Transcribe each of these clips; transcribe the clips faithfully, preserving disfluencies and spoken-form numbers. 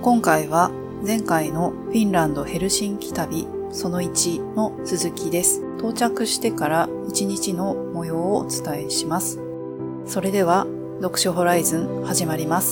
今回は前回のフィンランドヘルシンキ旅そのいちの続きです。到着してからいちにちの模様をお伝えします。それでは読書ホライズン始まります。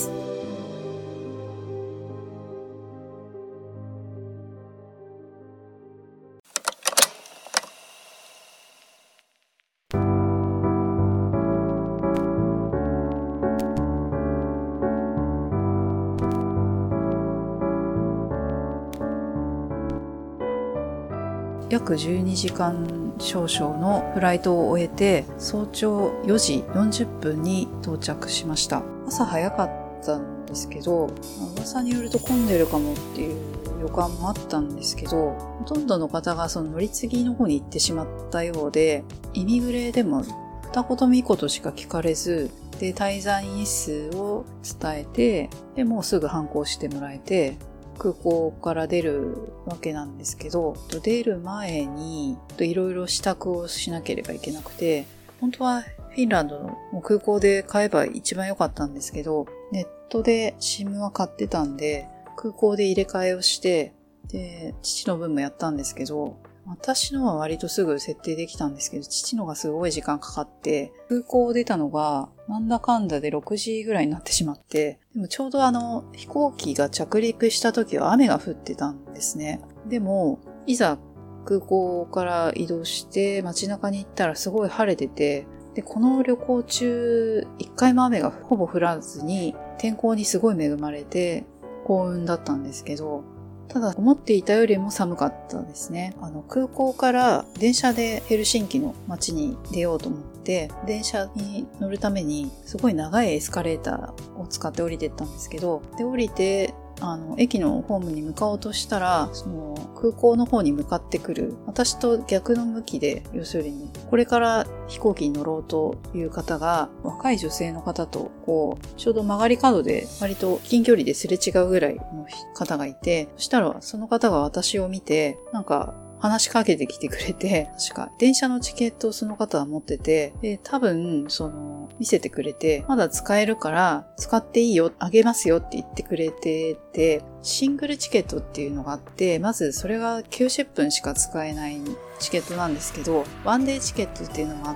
約じゅうにじかん少々のフライトを終えて早朝よじよんじゅっぷんに到着しました。朝早かったんですけど、噂によると混んでるかもっていう予感もあったんですけど、ほとんどの方がその乗り継ぎの方に行ってしまったようで、イミグレでも二言三言しか聞かれず、で滞在日数を伝えて、でもうすぐ反抗してもらえて空港から出るわけなんですけど、出る前にいろいろ支度をしなければいけなくて、本当はフィンランドの空港で買えば一番良かったんですけど、ネットで シム は買ってたんで空港で入れ替えをして、で父の分もやったんですけど、私のは割とすぐ設定できたんですけど、父のがすごい時間かかって、空港を出たのがなんだかんだでろくじぐらいになってしまって、でもちょうどあの飛行機が着陸した時は雨が降ってたんですね。でもいざ空港から移動して街中に行ったらすごい晴れてて、でこの旅行中一回も雨がほぼ降らずに天候にすごい恵まれて幸運だったんですけど、ただ思っていたよりも寒かったですね。あの空港から電車でヘルシンキの街に出ようと思って電車に乗るためにすごい長いエスカレーターを使って降りてったんですけど、で降りてあの駅のホームに向かおうとしたら、その空港の方に向かってくる私と逆の向きで、要するにこれから飛行機に乗ろうという方が若い女性の方とこうちょうど曲がり角で割と近距離ですれ違うぐらいの方がいて、そしたらその方が私を見てなんか話しかけてきてくれて、確か電車のチケットをその方は持ってて、で多分その見せてくれて、まだ使えるから使っていいよ、あげますよって言ってくれてて、シングルチケットっていうのがあって、まずそれがきゅうじゅっぷんしか使えないチケットなんですけど、ワンデーチケットっていうのもあって、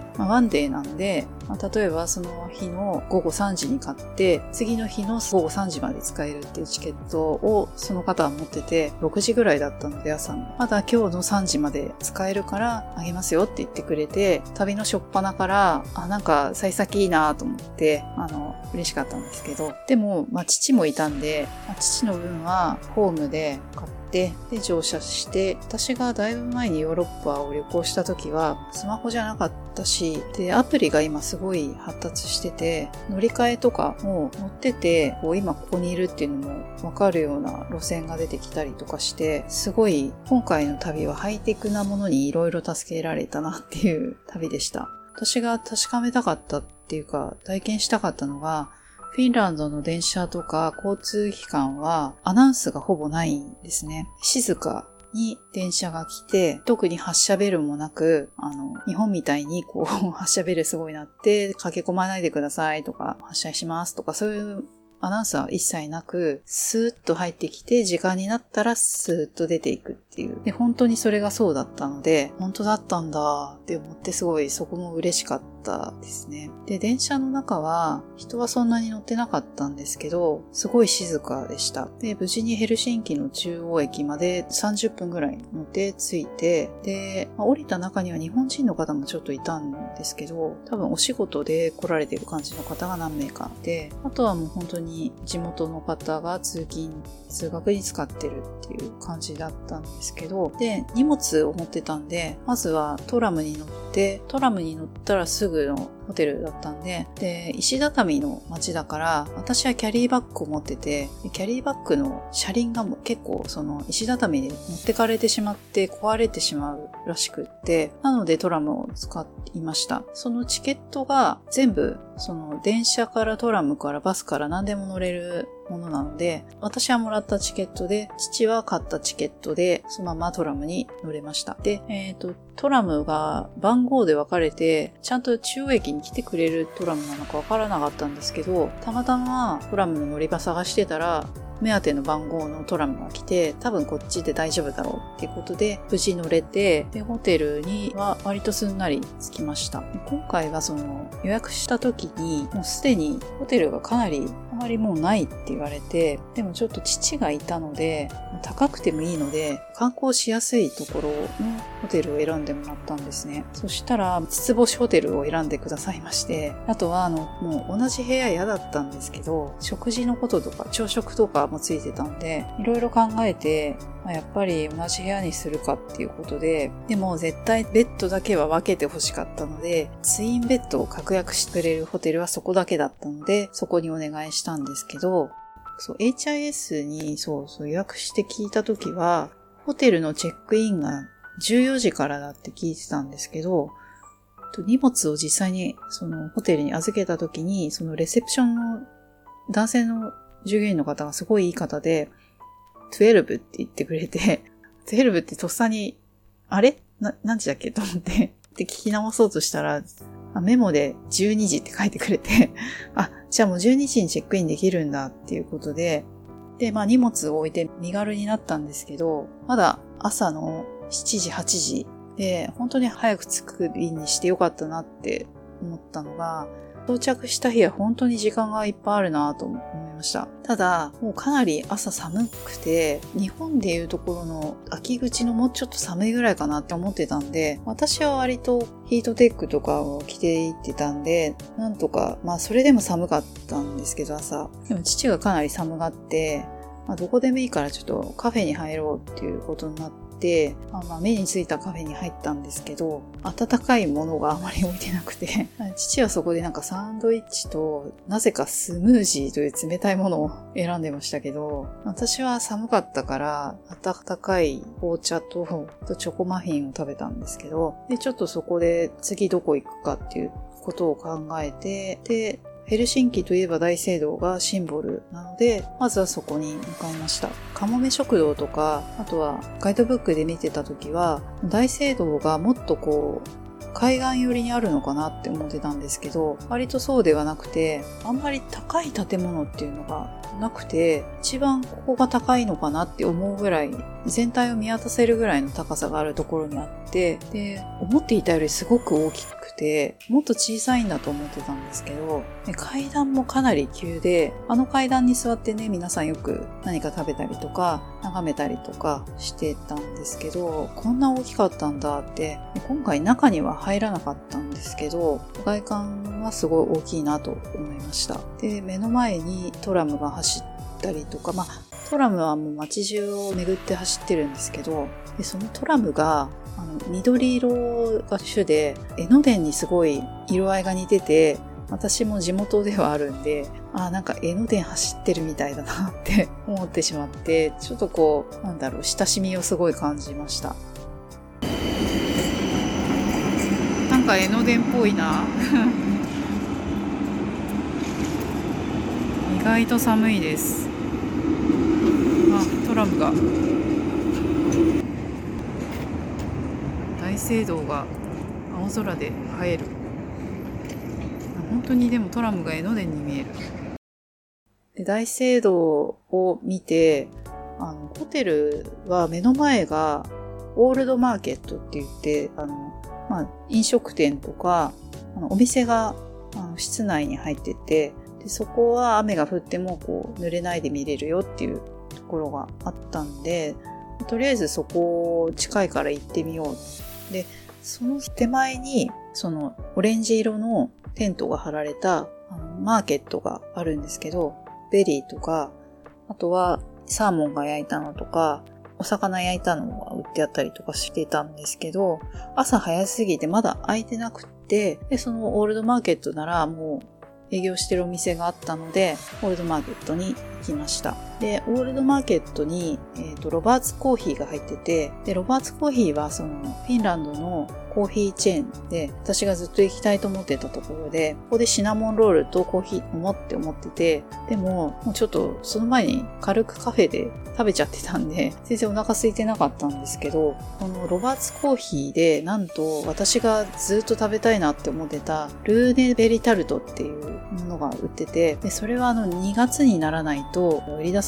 まあ、ワンデーなんで、まあ、例えばその日のごごさんじに買って次の日のごごさんじまで使えるっていうチケットをその方は持ってて、ろくじぐらいだったので朝のまだ今日のさんじまで使えるからあげますよって言ってくれて、旅の初っ端からあなんか幸先いいなと思ってあの嬉しかったんですけど、でも、まあ、父もいたんで、まあ、父の分はホームで買ってで乗車して、私がだいぶ前にヨーロッパを旅行した時はスマホじゃなかったし、でアプリが今すごい発達してて、乗り換えとかも乗っててこう今ここにいるっていうのも分かるような路線が出てきたりとかして、すごい今回の旅はハイテクなものにいろいろ助けられたなっていう旅でした。私が確かめたかったっていうか体験したかったのが、フィンランドの電車とか交通機関はアナウンスがほぼないんですね。静かに電車が来て、特に発車ベルもなく、あの、日本みたいにこう発車ベルすごい鳴って、駆け込まないでくださいとか、発車しますとか、そういうアナウンスは一切なく、スーッと入ってきて、時間になったらスーッと出ていくっていう。で、本当にそれがそうだったので、本当だったんだって思って、すごいそこも嬉しかったですね。で、電車の中は人はそんなに乗ってなかったんですけど、すごい静かでした。で、無事にヘルシンキの中央駅までさんじゅっぷんぐらい乗って着いて、で、まあ、降りた中には日本人の方もちょっといたんですけど、多分お仕事で来られている感じの方が何名かで、あとはもう本当に地元の方が通勤、通学に使ってるっていう感じだったんですけど、で、荷物を持ってたんで、まずはトラムに乗って、トラムに乗ったらすぐのホテルだったんで、で、石畳の街だから、私はキャリーバッグを持ってて、キャリーバッグの車輪がも結構その石畳で持ってかれてしまって壊れてしまうらしくって、なのでトラムを使いました。そのチケットが全部、その電車からトラムからバスから何でも乗れるものなので、私はもらったチケットで、父は買ったチケットで、そのままトラムに乗れました。で、えっと、トラムが番号で分かれて、ちゃんと中央駅に来てくれるトラムなのか分からなかったんですけど、たまたまトラムの乗り場探してたら、 目当ての番号のトラムが来て、多分こっちで大丈夫だろうっていうことで、無事乗れて、で、ホテルには割とすんなり着きました。今回はその予約した時に、もうすでにホテルがかなりあまりもうないって言われて、でもちょっと父がいたので、高くてもいいので、観光しやすいところのホテルを選んでもらったんですね。そしたら、五つ星ホテルを選んでくださいまして、あとはあの、もう同じ部屋嫌だったんですけど、食事のこととか朝食とかもついてたんで、いろいろ考えて、まあ、やっぱり同じ部屋にするかっていうことで、でも絶対ベッドだけは分けて欲しかったので、ツインベッドを確約してくれるホテルはそこだけだったので、そこにお願いしたんですけど、そう、エイチアイエス にそうそう予約して聞いたときは、ホテルのチェックインがじゅうよじからだって聞いてたんですけど、荷物を実際にそのホテルに預けたときに、そのレセプションの男性の従業員の方がすごいいい方で、じゅうにって言ってくれて、じゅうにってとっさに、あれな、何時だっけと思って、で聞き直そうとしたら、メモでじゅうにじって書いてくれて、あ、じゃあもうじゅうにじにチェックインできるんだっていうことで、で、まあ荷物を置いて身軽になったんですけど、まだ朝のしちじ、はちじで、本当に早く着く便にしてよかったなって思ったのが、到着した日は本当に時間がいっぱいあるなと思いました。ただ、もうかなり朝寒くて、日本でいうところの秋口のもうちょっと寒いぐらいかなって思ってたんで、私は割とヒートテックとかを着ていってたんで、なんとか、まあそれでも寒かったんですけど朝。でも父がかなり寒がって、まあ、どこでもいいからちょっとカフェに入ろうっていうことになって、で、まあ、まあ目についたカフェに入ったんですけど、温かいものがあまり置いてなくて、父はそこでなんかサンドイッチと、なぜかスムージーという冷たいものを選んでましたけど、私は寒かったから、温かい紅茶と、とチョコマフィンを食べたんですけど、で、ちょっとそこで次どこ行くかっていうことを考えて、で、ヘルシンキといえば大聖堂がシンボルなので、まずはそこに向かいました。カモメ食堂とか、あとはガイドブックで見てた時は、大聖堂がもっとこう、海岸寄りにあるのかなって思ってたんですけど、割とそうではなくて、あんまり高い建物っていうのがなくて、一番ここが高いのかなって思うぐらい、全体を見渡せるぐらいの高さがあるところにあって、で、思っていたよりすごく大きくて、もっと小さいんだと思ってたんですけど、階段もかなり急で、あの階段に座ってね、皆さんよく何か食べたりとか、眺めたりとかしてたんですけど、こんな大きかったんだって、今回中には入らなかったんですけど、外観はすごい大きいなと思いました。で、目の前にトラムが走ったりとか、まあ、トラムはもう街中を巡って走ってるんですけど、でそのトラムがあの緑色が主で、江ノ電にすごい色合いが似てて、私も地元ではあるんで、あなんか江ノ電走ってるみたいだなって思ってしまって、ちょっとこう、なんだろう、親しみをすごい感じました。なんか江ノ電っぽいな。意外と寒いです。あ、トラムが。大聖堂が青空で映える。本当にでもトラムが江ノ電に見える。で、大聖堂を見て、あの、ホテルは目の前がオールドマーケットって言って、あの、まあ、飲食店とか、あのお店があの室内に入ってて、で、そこは雨が降ってもこう濡れないで見れるよっていうところがあったんで、とりあえずそこ近いから行ってみよう。で、その手前にそのオレンジ色のテントが張られたあのマーケットがあるんですけど、ベリーとか、あとはサーモンが焼いたのとか、お魚焼いたのが売ってあったりとかしてたんですけど、朝早すぎてまだ開いてなくって、で、そのオールドマーケットならもう営業してるお店があったので、オールドマーケットに行きました。で、オールドマーケットに、えっと、ロバーツコーヒーが入ってて、で、ロバーツコーヒーはそのフィンランドのコーヒーチェーンで、私がずっと行きたいと思ってたところで、ここでシナモンロールとコーヒー飲もうって思ってて、でも、もうちょっとその前に軽くカフェで食べちゃってたんで、全然お腹空いてなかったんですけど、このロバーツコーヒーで、なんと私がずっと食べたいなって思ってた、ルーネベリタルトっていうものが売ってて、で、それはあのにがつにならないと売り出さ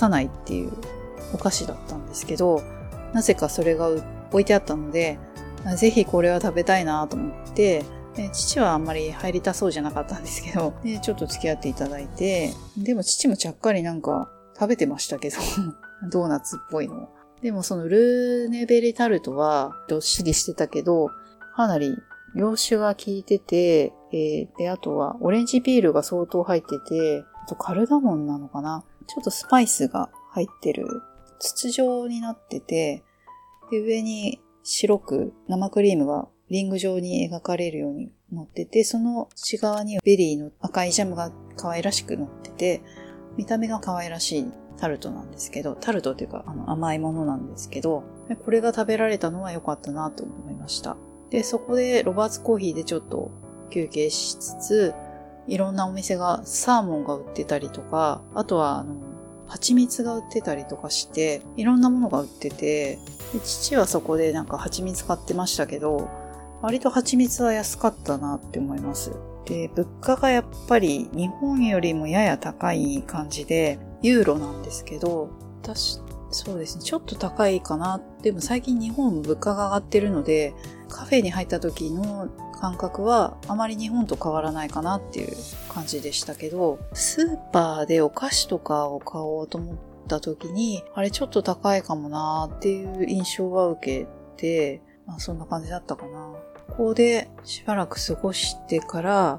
さないっていうお菓子だったんですけど、なぜかそれが置いてあったので、ぜひこれは食べたいなと思って、で父はあんまり入りたそうじゃなかったんですけど、でちょっと付き合っていただいて、でも父もちゃっかりなんか食べてましたけど、ドーナツっぽいの。でもそのルーネベリタルトはどっしりしてたけど、かなり洋酒が効いてて、えー、で、あとはオレンジピールが相当入ってて、あとカルダモンなのかな？ちょっとスパイスが入ってる筒状になってて、で、上に白く生クリームがリング状に描かれるように乗ってて、その内側にベリーの赤いジャムが可愛らしく乗ってて、見た目が可愛らしいタルトなんですけど、タルトっていうかあの甘いものなんですけど、これが食べられたのは良かったなと思いました。で、そこでロバーツコーヒーでちょっと休憩しつつ、いろんなお店がサーモンが売ってたりとか、あとはあの蜂蜜が売ってたりとかして、いろんなものが売ってて、で父はそこでなんか蜂蜜買ってましたけど、割と蜂蜜は安かったなって思います。で、物価がやっぱり日本よりもやや高い感じで、ユーロなんですけど、私、そうですね、ちょっと高いかな。でも最近日本物価が上がってるので、カフェに入った時の感覚はあまり日本と変わらないかなっていう感じでしたけど、スーパーでお菓子とかを買おうと思った時に、あれちょっと高いかもなーっていう印象は受けて、まあそんな感じだったかな。ここでしばらく過ごしてから、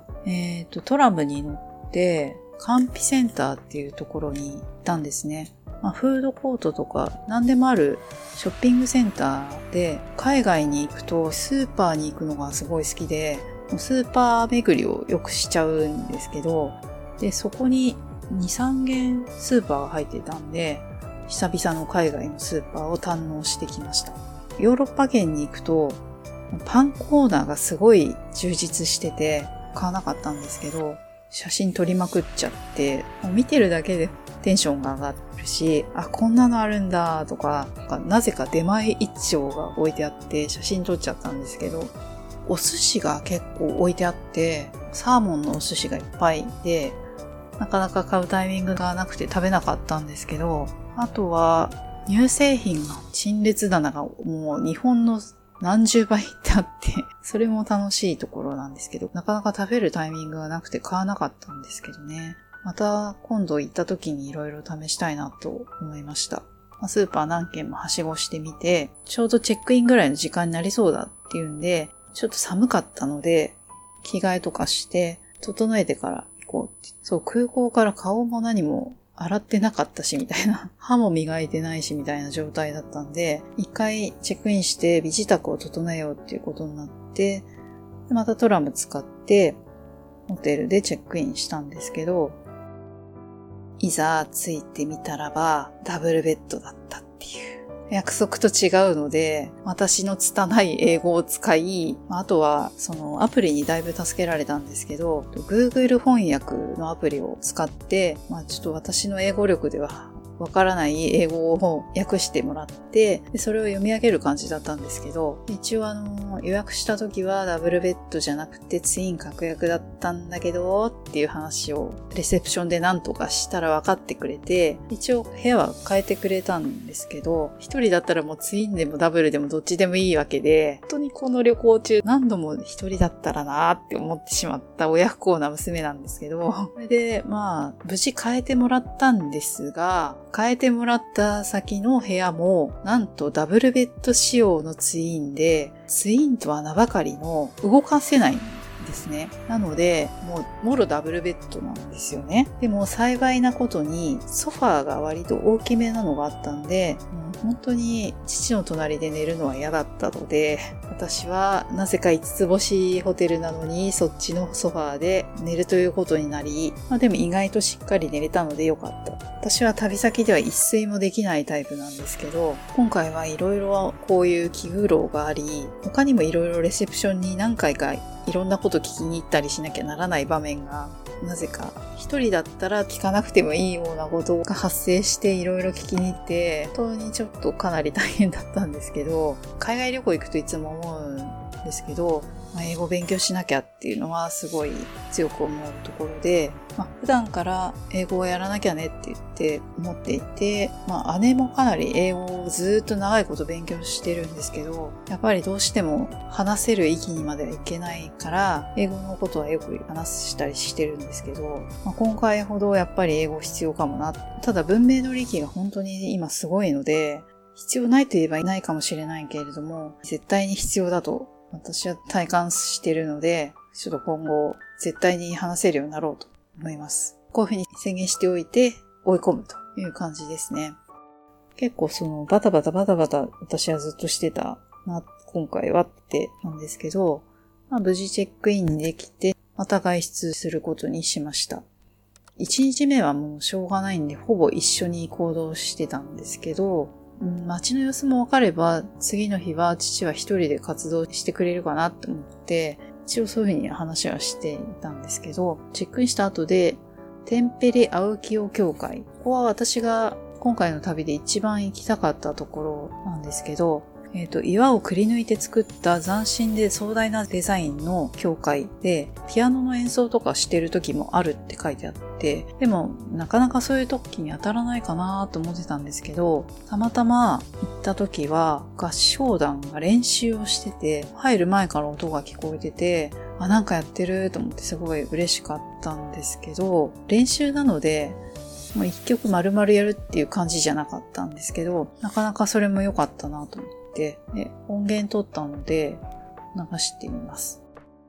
えっと、トラムに乗って、カンピセンターっていうところに行ったんですね。まあ、フードコートとか何でもあるショッピングセンターで、海外に行くとスーパーに行くのがすごい好きで、スーパー巡りをよくしちゃうんですけど、で、そこにに、さんげんスーパーが入ってたんで、久々の海外のスーパーを堪能してきました。ヨーロッパ圏に行くと、パンコーナーがすごい充実してて買わなかったんですけど、写真撮りまくっちゃって、もう見てるだけでテンションが上がるし、あ、こんなのあるんだとか、なぜか出前一丁が置いてあって写真撮っちゃったんですけど、お寿司が結構置いてあって、サーモンのお寿司がいっぱいで、なかなか買うタイミングがなくて食べなかったんですけど、あとは乳製品の陳列棚がもう日本の何十倍ってあって、それも楽しいところなんですけど、なかなか食べるタイミングがなくて買わなかったんですけどね。また今度行った時にいろいろ試したいなと思いました。スーパー何軒もはしごしてみて、ちょうどチェックインぐらいの時間になりそうだっていうんで、ちょっと寒かったので、着替えとかして、整えてから行こうって。そう、空港から顔も何も洗ってなかったしみたいな、歯も磨いてないしみたいな状態だったんで、一回チェックインして身支度を整えようっていうことになって、またトラム使ってホテルでチェックインしたんですけど、いざ着いてみたらばダブルベッドだったっていう。約束と違うので、私の拙い英語を使い、あとはそのアプリにだいぶ助けられたんですけど、Google 翻訳のアプリを使って、まあちょっと私の英語力ではわからない英語を訳してもらって、でそれを読み上げる感じだったんですけど、一応あの予約した時はダブルベッドじゃなくてツイン確約だったんだけどっていう話をレセプションで何とかしたら分かってくれて、一応部屋は変えてくれたんですけど、一人だったらもうツインでもダブルでもどっちでもいいわけで、本当にこの旅行中何度も一人だったらなーって思ってしまった親不孝な娘なんですけど、それでまあ無事変えてもらったんですが、変えてもらった先の部屋もなんとダブルベッド仕様のツインで、ツインとは名ばかりの動かせないんですね。なのでもうもろダブルベッドなんですよね。でも幸いなことにソファーが割と大きめなのがあったんで、もう本当に父の隣で寝るのは嫌だったので、私はなぜかいつつ星ホテルなのにそっちのソファーで寝るということになり、まあでも意外としっかり寝れたのでよかった。私は旅先では一睡もできないタイプなんですけど、今回はいろいろこういう気苦労があり、他にもいろいろレセプションに何回かいろんなこと聞きに行ったりしなきゃならない場面が、なぜか一人だったら聞かなくてもいいようなことが発生していろいろ聞きに行って、本当にちょっとかなり大変だったんですけど、海外旅行行くといつも思うんですけど、まあ、英語勉強しなきゃっていうのはすごい強く思うところで、まあ、普段から英語をやらなきゃねって言って思っていて、まあ、姉もかなり英語をずっと長いこと勉強してるんですけど、やっぱりどうしても話せる域にまではいけないから、英語のことはよく話したりしてるんですけど、まあ、今回ほどやっぱり英語必要かもな。ただ文明の利器が本当に今すごいので、必要ないと言えばいないかもしれないけれども、絶対に必要だと私は体感しているので、ちょっと今後絶対に話せるようになろうと思います。こういうふうに宣言しておいて追い込むという感じですね。結構そのバタバタバタバタ私はずっとしてたな、今回はってなんですけど、まあ、無事チェックインできて、また外出することにしました。いちにちめはもうしょうがないんで、ほぼ一緒に行動してたんですけど、街の様子もわかれば、次の日は父は一人で活動してくれるかなと思って、一応そういうふうに話はしていたんですけど、チェックインした後で、テンペレ・アウキオ教会。ここは私が今回の旅で一番行きたかったところなんですけど、えっと、岩をくり抜いて作った斬新で壮大なデザインの教会で、ピアノの演奏とかしてる時もあるって書いてあって、でもなかなかそういう時に当たらないかなと思ってたんですけど、たまたま行った時は合唱団が練習をしてて、入る前から音が聞こえてて、あ、なんかやってると思ってすごい嬉しかったんですけど、練習なので、もう一曲丸々やるっていう感じじゃなかったんですけど、なかなかそれも良かったなと思って。で音源取ったので流してみます。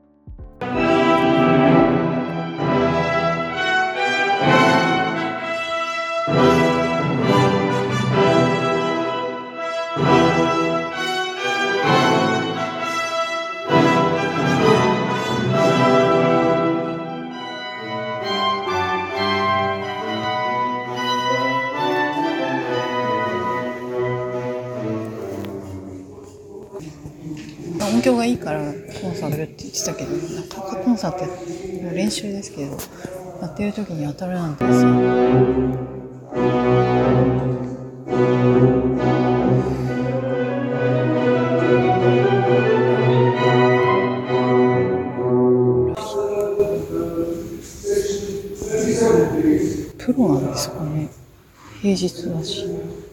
音響がいいからコンサートやるって言ってたけど、なかなかコンサートやって練習ですけど、やってる時に当たるなんてですよ。プロなんですかね。平日だし。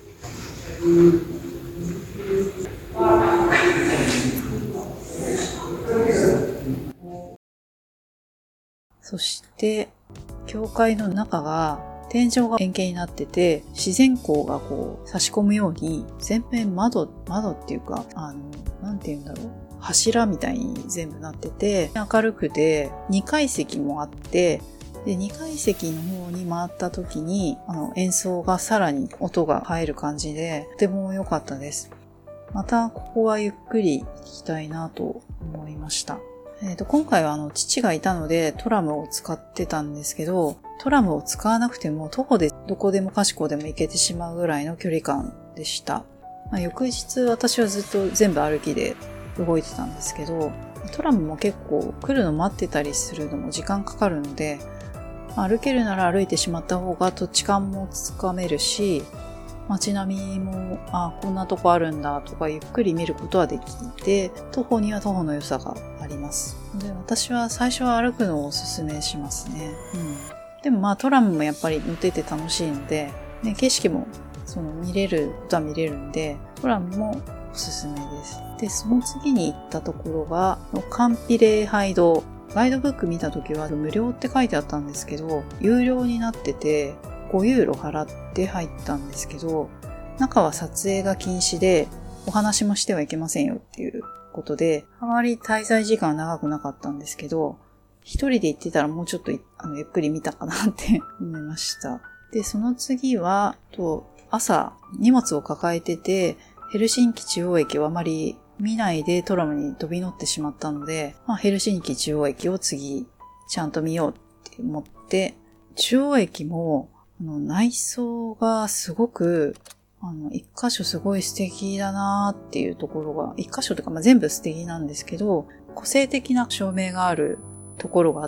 そして、教会の中が天井が円形になってて、自然光がこう差し込むように、全面窓、窓っていうか、あの、なんて言うんだろう。柱みたいに全部なってて、明るくて、にかい席もあって、で、にかい席の方に回った時に、あの、演奏がさらに音が入る感じで、とても良かったです。また、ここはゆっくり行きたいなと思いました。えーと、今回はあの、父がいたのでトラムを使ってたんですけど、トラムを使わなくても徒歩でどこでもかしこでも行けてしまうぐらいの距離感でした。まあ、翌日私はずっと全部歩きで動いてたんですけど、トラムも結構来るの待ってたりするのも時間かかるので、歩けるなら歩いてしまった方が土地感もつかめるし、街並みも、あ、こんなとこあるんだとかゆっくり見ることはできて、徒歩には徒歩の良さがあります。で、私は最初は歩くのをおすすめしますね。うん。でもまあトラムもやっぱり乗ってて楽しいので、ね、景色もその見れることは見れるんで、トラムもおすすめです。で、その次に行ったところが、カンピ礼拝堂。ガイドブック見たときは無料って書いてあったんですけど、有料になってて、ごユーロ払って入ったんですけど、中は撮影が禁止で、お話もしてはいけませんよっていうことで、あまり滞在時間は長くなかったんですけど、一人で行ってたらもうちょっとあのゆっくり見たかなって思いました。で、その次は、と朝荷物を抱えてて、ヘルシンキ中央駅をあまり見ないでトラムに飛び乗ってしまったので、まあ、ヘルシンキ中央駅を次ちゃんと見ようって思って、中央駅もあの内装がすごくあの一箇所すごい素敵だなーっていうところが、一箇所というか、まあ、全部素敵なんですけど、個性的な照明があるところがあって、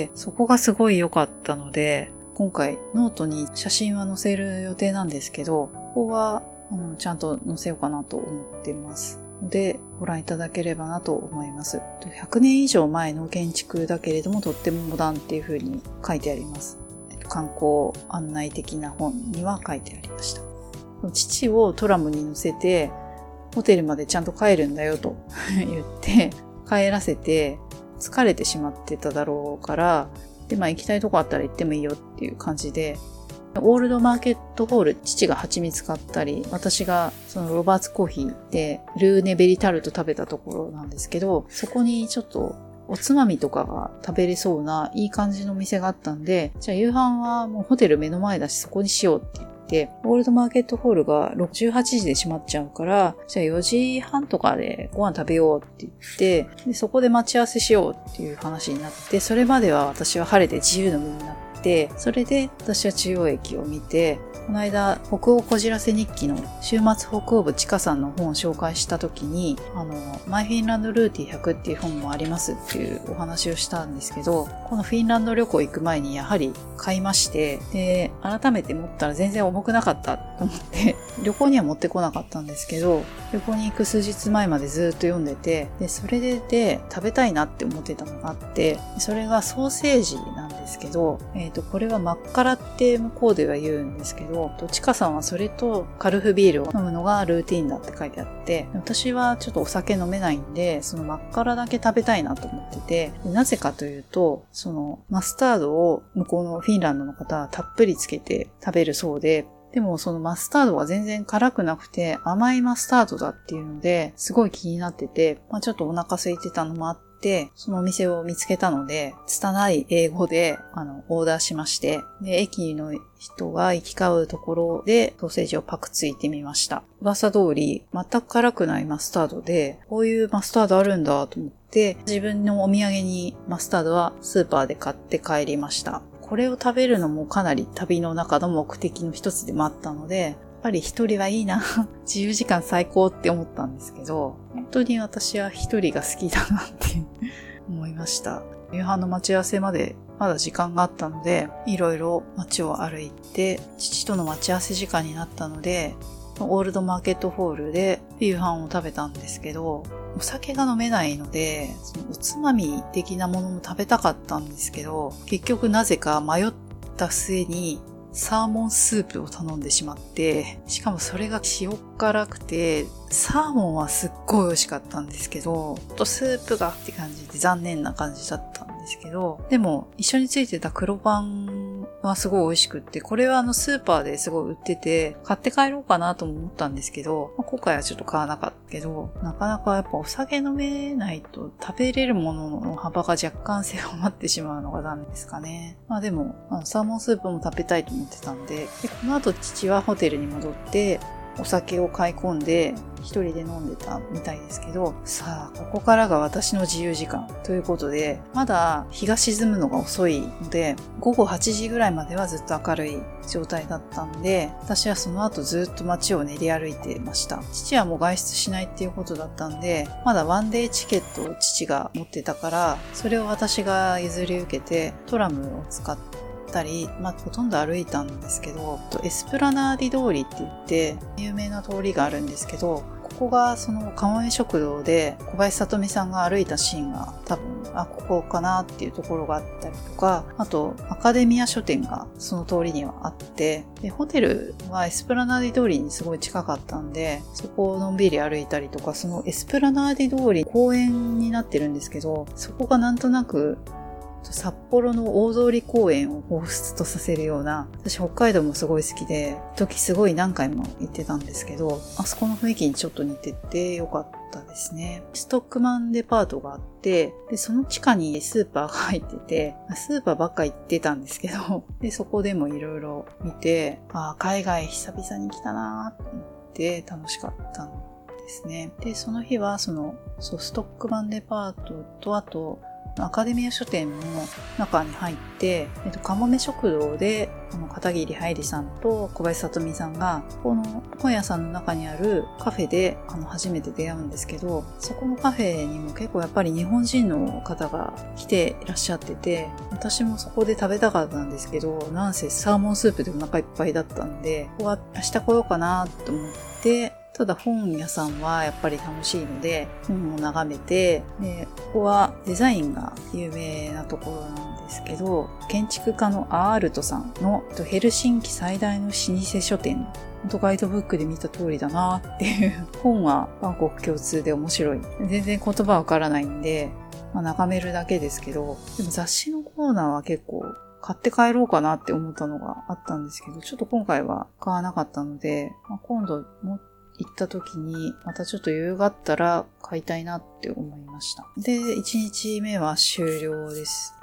そこがすごい良かったので、今回ノートに写真は載せる予定なんですけど、ここはあのちゃんと載せようかなと思っています。 のでご覧いただければなと思います。ひゃくねん以上前の建築だけれどもとってもモダンっていう風に書いてあります。観光案内的な本には書いてありました。父をトラムに乗せてホテルまでちゃんと帰るんだよと言って帰らせて、疲れてしまってただろうから、で、まあ行きたいとこあったら行ってもいいよっていう感じで、オールドマーケットホール、父が蜂蜜買ったり、私がそのロバーツコーヒーでルーネベリタルト食べたところなんですけど、そこにちょっとおつまみとかが食べれそうないい感じの店があったんで、じゃあ夕飯はもうホテル目の前だしそこにしようって言って、オールドマーケットホールがじゅうはちじで閉まっちゃうから、じゃあよじはんとかでご飯食べようって言って、でそこで待ち合わせしようっていう話になって、それまでは私は晴れて自由の身になって、それで私は中央駅を見て、この間北欧こじらせ日記の週末北欧部ちかさんの本を紹介した時に、あのマイフィンランドルーティーひゃくっていう本もありますっていうお話をしたんですけど、このフィンランド旅行行く前にやはり買いまして、で改めて持ったら全然重くなかったと思って旅行には持ってこなかったんですけど、旅行に行く数日前までずっと読んでて、でそれでで食べたいなって思ってたのがあって、それがソーセージなんですけど、えーとこれはマッカラって向こうでは言うんですけど、ちかさんはそれとカルフビールを飲むのがルーティーンだって書いてあって、私はちょっとお酒飲めないんで、そのマッカラだけ食べたいなと思ってて、なぜかというと、そのマスタードを向こうのフィンランドの方はたっぷりつけて食べるそうで、でもそのマスタードは全然辛くなくて甘いマスタードだっていうので、すごい気になってて、まあ、ちょっとお腹空いてたのもあって、で、そのお店を見つけたので、拙い英語で、あの、オーダーしまして、で、駅の人が行き交うところで、ソーセージをパクついてみました。噂通り、全く辛くないマスタードで、こういうマスタードあるんだと思って、自分のお土産にマスタードはスーパーで買って帰りました。これを食べるのもかなり旅の中の目的の一つでもあったので、やっぱり一人はいいな自由時間最高って思ったんですけど、本当に私は一人が好きだなって思いました。夕飯の待ち合わせまでまだ時間があったので、いろいろ街を歩いて、父との待ち合わせ時間になったので、オールドマーケットホールで夕飯を食べたんですけど、お酒が飲めないので、そのおつまみ的なものも食べたかったんですけど、結局なぜか迷った末にサーモンスープを頼んでしまって、しかもそれが塩辛くて、サーモンはすっごい美味しかったんですけど、ちょっとスープがって感じで残念な感じだったんですけど、でも一緒についてた黒パンはすごい美味しくって、これはあのスーパーですごい売ってて、買って帰ろうかなとも思ったんですけど、まあ、今回はちょっと買わなかったけど、なかなかやっぱお酒飲めないと食べれるものの幅が若干狭まってしまうのがダメですかね。まあでも、あのサーモンスープも食べたいと思ってたんで、でこの後父はホテルに戻って、お酒を買い込んで一人で飲んでたみたいですけど、さあここからが私の自由時間ということで、まだ日が沈むのが遅いので、午後はちじぐらいまではずっと明るい状態だったんで、私はその後ずっと街を練り歩いてました。父はもう外出しないっていうことだったんで、まだワンデーチケットを父が持ってたから、それを私が譲り受けてトラムを使ってたり、まあ、ほとんど歩いたんですけど、エスプラナーディ通りって言って有名な通りがあるんですけど、ここがそのかもめ食堂で小林聡美さんが歩いたシーンが多分あここかなっていうところがあったりとか、あとアカデミア書店がその通りにはあって、でホテルはエスプラナーディ通りにすごい近かったんで、そこをのんびり歩いたりとか、そのエスプラナーディ通り公園になってるんですけど、そこがなんとなく札幌の大通公園を彷彿とさせるような、私北海道もすごい好きで、時すごい何回も行ってたんですけど、あそこの雰囲気にちょっと似ててよかったですね。ストックマンデパートがあって、でその地下にスーパーが入ってて、スーパーばっか行ってたんですけど、でそこでもいろいろ見て、あ海外久々に来たなーって思って楽しかったんですね。でその日はそのそうストックマンデパートと、あとアカデミア書店の中に入って、えっと、かもめ食堂で、あの、片桐はいりさんと小林聡美さんが、この本屋さんの中にあるカフェで、あの、初めて出会うんですけど、そこのカフェにも結構やっぱり日本人の方が来ていらっしゃってて、私もそこで食べたかったんですけど、なんせサーモンスープでお腹いっぱいだったんで、ここは明日来ようかなと思って、 ただ本屋さんはやっぱり楽しいので、本を眺めて、で、ここはデザインが有名なところなんですけど、建築家のアールトさんのヘルシンキ最大の老舗書店。本当ガイドブックで見た通りだなっていう。本はバンコク共通で面白い。全然言葉わからないんで、まあ、眺めるだけですけど、でも雑誌のコーナーは結構買って帰ろうかなって思ったのがあったんですけど、ちょっと今回は買わなかったので、まあ、今度も行った時にまたちょっと余裕があったら買いたいなって思いました。で、いちにちめは終了です。